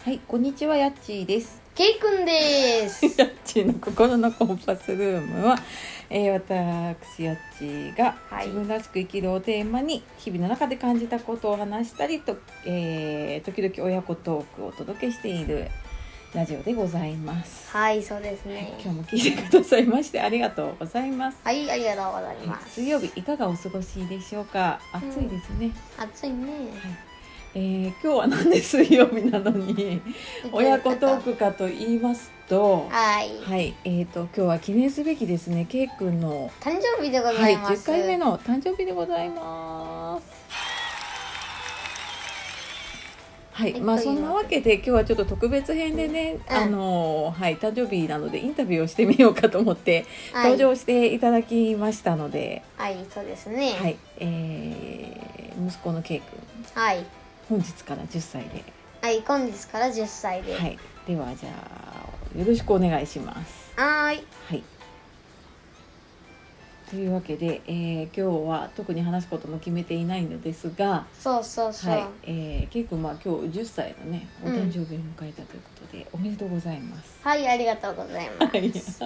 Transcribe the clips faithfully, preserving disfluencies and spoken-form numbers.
はい、こんにちは、やっちーです。 けいくんです。 やっちーの心のコンパスルームは、えー、私やっちーが自分らしく生きるをテーマに日々の中で感じたことを話したりと、えー、時々親子トークをお届けしているラジオでございます。 はい、そうですね、 はい、今日も聞いてくださいましてありがとうございます。 はい、ありがとうございます。 水曜日いかがお過ごしでしょうか。暑いですね、 うん、暑いね、はい。 えー、今日はなんで水曜日なのに親子トークかと言いますと、 はい、 はい、えーと今日は記念すべきですね、けいくんの誕生日でございます。 はい、じゅっかいめの誕生日でございます。はい、まあそんなわけで今日はちょっと特別編でね、うん、あのはい、誕生日なのでインタビューをしてみようかと思って登場していただきましたので、 はい、はい、そうですね。 はい、えー、息子のけいくん、はい。本日からじゅっさいで、 はい、本日からじゅっさいで、 はい、ではじゃあよろしくお願いします。 はい、 はい、というわけで、えー、今日は特に話すことも決めていないのですが、 そうそうそう、はい、 えー、けいくんは今日じゅっさいのねお誕生日を迎えたということで、うん、おめでとうございます。 はい、ありがとうございます。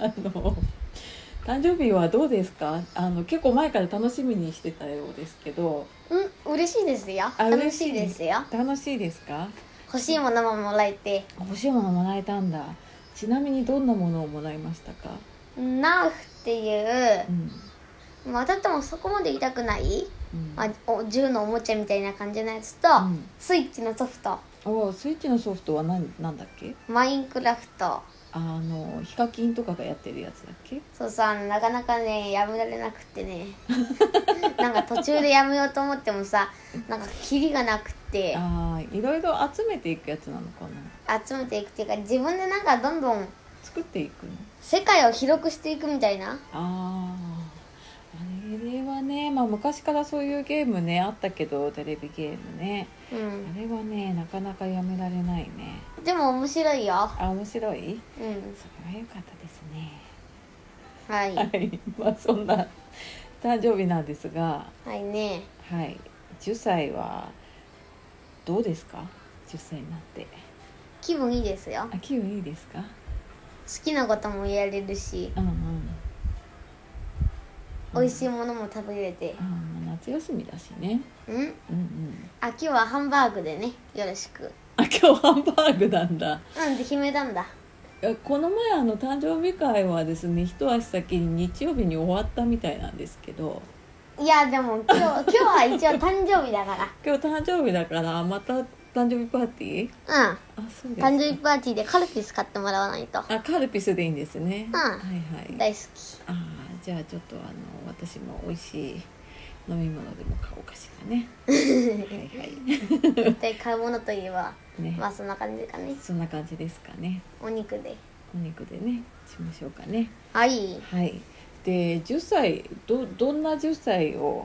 はい、あの誕生日はどうですか。あの結構前から楽しみにしてたようですけど。 うん、嬉しいですよ。楽しいですよ。 楽しいですか。 欲しいものももらえて。 欲しいものもらえたんだ。ちなみにどんなものをもらいましたか。 ナーフっていう、うん、まあ、だってもそこまで痛くない、うん、まあ、お銃のおもちゃみたいな感じのやつと、うん、スイッチのソフト。 おスイッチのソフトは何、なんだっけ。 マインクラフト。 あのヒカキンとかがやってるやつだっけ。 そうそう、あのなかなかねやめられなくてねなんか途中でやめようと思ってもさ、なんかキリがなくて、 あいろいろ集めていくやつなのかな。集めていくっていうか、自分でなんかどんどん作っていくの、 世界を広くしていくみたいな。 ああれはね、まあ、昔からそういうゲームねあったけど、テレビゲームね、うん、あれはねなかなかやめられないね。 でも面白いよ。あ、 面白い、うん、それは良かったですね。はい、はい、まあそんな誕生日なんですが、 はいね、 はい、じゅっさいはどうですか。じゅっさいになって気分いいですよ。 あ、気分いいですか。好きなこともやれるし、うんうん、美味しいものも食べれて、 うん、夏休みだしね、 うん、うんうん、あ、今日はハンバーグでね、よろしく。 あ、今日ハンバーグなんだ。 うん、で決めたんだ。 この前あの誕生日会はですね、一足先に日曜日に終わったみたいなんですけど、 いやでも今日今日は一応誕生日だから今日誕生日だからまた誕生日パーティー。 うん、あ、そうです。誕生日パーティーでカルピス買ってもらわないと。あ、 カルピスでいいんですね。 うん、はいはい、 大好き。 あ、じゃあちょっとあの私も美味しい飲み物でも買おうかしらねはいはい絶対買うものといえば、ね、まあそんな感じかね。 そんな感じですかね。 お肉でお肉でねしましょうかね。 はいはい。でじゅっさい ど, どんなじゅっさいを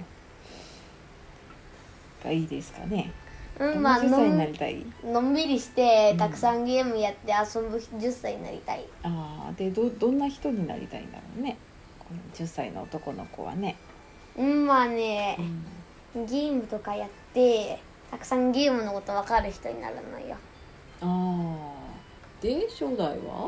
がいいですかね。 うん、まあじゅっさいになりたい。 のんびりしてたくさんゲームやって遊ぶじゅっさいになりたい。 うん、ああ、で ど, どんな人になりたいんだろうね、このじゅっさいの男の子はね。 うん、まあね、うん、ゲームとかやってたくさんゲームのこと分かる人になるのよ。 ああ、で将来は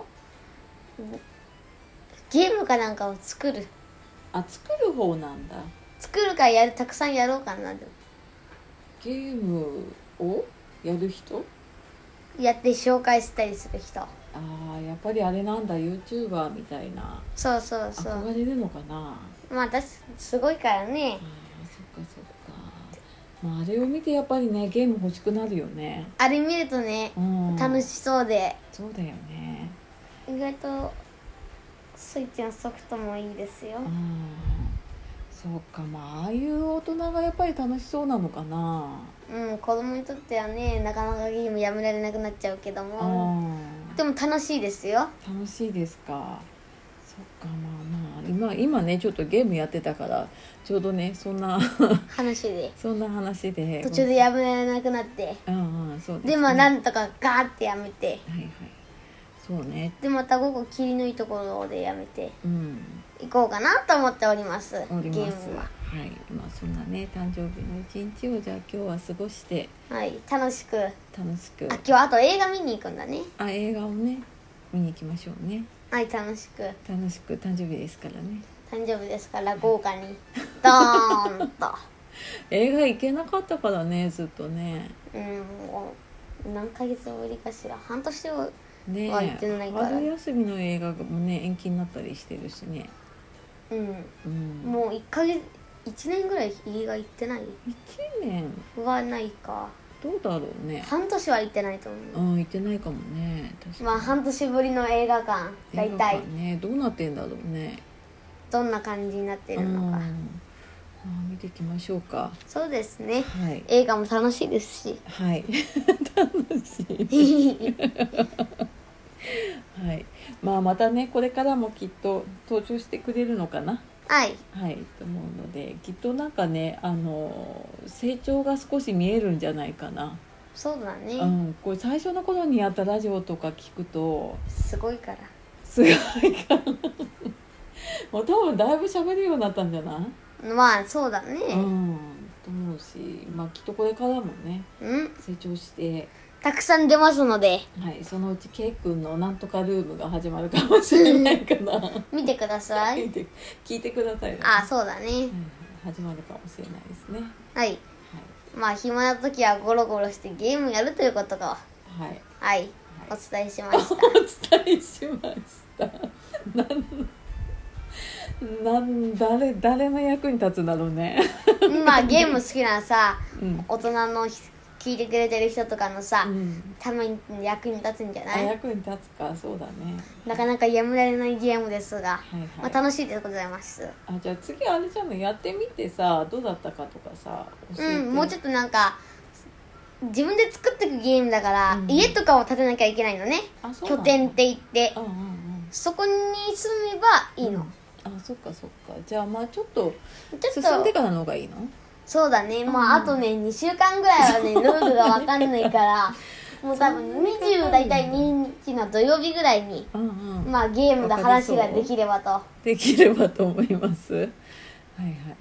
ゲームかなんかを作る。 あ、作る方なんだ。 作るかやる、たくさんやろうかな。 ゲームをやる人やって紹介したりする人。ああ、やっぱりあれなんだ、 YouTuber みたいな。 そうそうそう、 憧れるのかな。 まあ私すごいからね。 あ、そっかそっか、まあ、あれを見てやっぱりねゲーム欲しくなるよね。 あれ見るとね、うん、楽しそうで。 そうだよね。 意外とスイッチのソフトもいいですよ。うん、 そうか、まあああいう大人がやっぱり楽しそうなのかな。うん、 子供にとってはねなかなかゲームやめられなくなっちゃうけども、でも楽しいですよ。 楽しいですか。そっか、まあまあ今今ねちょっとゲームやってたからちょうどねそんな話でそんな話で途中でやめられなくなって、 うんうん、そうですね、 でもなんとかガーってやめて、 はいはい、そうね。 でまた午後霧のいいところでやめて、 うん、 行こうかなと思っております。 おります。 ゲームは。 ははい、まあそんなね誕生日の一日をじゃあ今日は過ごして、 はい、楽しく楽しく、 あ、今日あと映画見に行くんだね。 あ、映画をね見に行きましょうね。 はい、楽しく楽しく、誕生日ですからね。 誕生日ですから豪華にドーンと映画行けなかったからね、ずっとね。 うん、もう何ヶ月ぶりかしら、半年はね行ってないから、 春休みの映画もね延期になったりしてるしね。 うん、 うん、 もういっかげついちねんぐらい映画行ってない。 いちねんはないか、 どうだろうね。 半年は行ってないと思う。 うん、行ってないかもね。確かに。 まあ半年ぶりの映画館、だいたいね、どうなってんだろうね。 どんな感じになってるのか、 うん、まあ、見ていきましょうか。 そうですね、 はい、 映画も楽しいですし、 はい楽しいはい、まあまたねこれからもきっと登場してくれるのかな。 はいはいと思うので、きっとなんかねあの成長が少し見えるんじゃないかな。 そうだね、 うん、これ最初の頃にやったラジオとか聞くとすごいからすごいからもう多分だいぶ喋るようになったんじゃない？ まあそうだね、 うんと思うし、まあきっとこれからもねうん成長して、 たくさん出ますので、 はい、そのうち K 君のなんとかルームが始まるかもしれないかな見てください聞いて聞いてくださいね。 あ、そうだね、 はい、始まるかもしれないですね。 はい、はい、まあ暇な時はゴロゴロしてゲームやるということが、 はい、 はい、はい、お伝えしましたお伝えしましたなんなん誰誰の役に立つんだろうねまあゲーム好きなさ、 うん、 大人の聞いてくれてる人とかのさ、 うん、 ために役に立つんじゃない？ あ、役に立つか。そうだね。 なかなかやめられないゲームですが、 はいはい、 まあ、楽しいでございます。 あ、じゃあ次あれじゃん、やってみてさどうだったかとかさ教えて。 うん、もうちょっとなんか自分で作っていくゲームだから、うん、家とかを建てなきゃいけないのね。拠点って言って、うんうんうん、そこに住めばいいの、 うん、あ、そっかそっか。じゃあまあちょっと進んでからの方がいいの？ そうだね、まあ、うん、あとねにしゅうかんぐらいはねルールが分かんないからもう多分にじゅう大体ににちの土曜日ぐらいに、うんうん、まあゲームの話ができればとできればと思います。はいはい。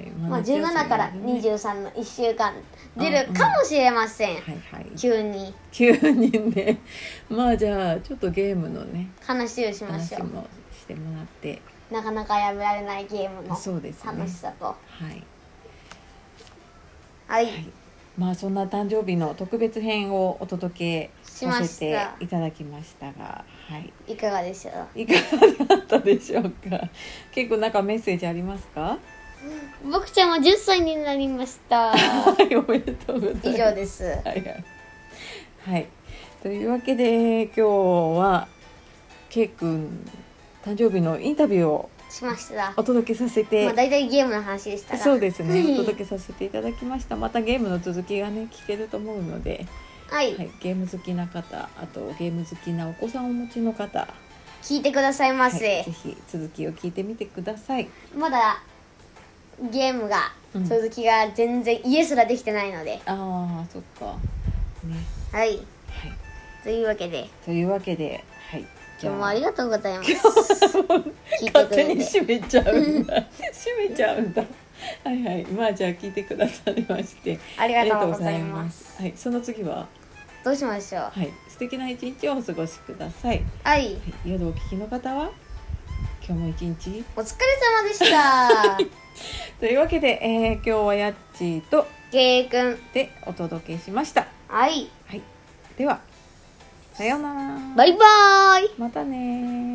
まあ、まあ、じゅうななからにじゅうさんのいっしゅうかん出るかもしれません、うんうん、はいはい、急に急にね。まあじゃあちょっとゲームのね話をしましょう。 話もしてもらって、 なかなかやめられないゲームの楽しさと、 はいはい、はい、 まあそんな誕生日の特別編をお届けさせていただきましたが、はい、 いかがでした？ いかがだったでしょうか？結構なんかメッセージありますか？ 僕ちゃんはじゅっさいになりましたはいおめでとうございます。 以上です。はい、 はい、はい、というわけで今日は K 君誕生日のインタビューをしましたお届けさせて、 まあ、大体ゲームの話でしたが、 そうですねお届けさせていただきました。またゲームの続きがね聞けると思うので、 はい、 はい、ゲーム好きな方、あとゲーム好きなお子さんをお持ちの方聞いてくださいませ、 はい、ぜひ続きを聞いてみてください。 まだゲームが、うん、続きが全然家すらできてないので、 ああそっかね、 はい、はい、というわけでというわけではい今日もありがとうございます聞いてくれて勝手に閉めちゃうんだ閉めちゃうんだはいはい、まあじゃあ聞いてくださりましてありがとうございます。 はい、その次はどうしましょう。 はい、素敵な一日をお過ごしください。 はい、はい、 夜お聞きの方は今日も一日お疲れ様でしたというわけで、えー、今日はやっちーとけいくんでお届けしました。 はい、 はい、ではさようなら。 バイバーイ。 またね。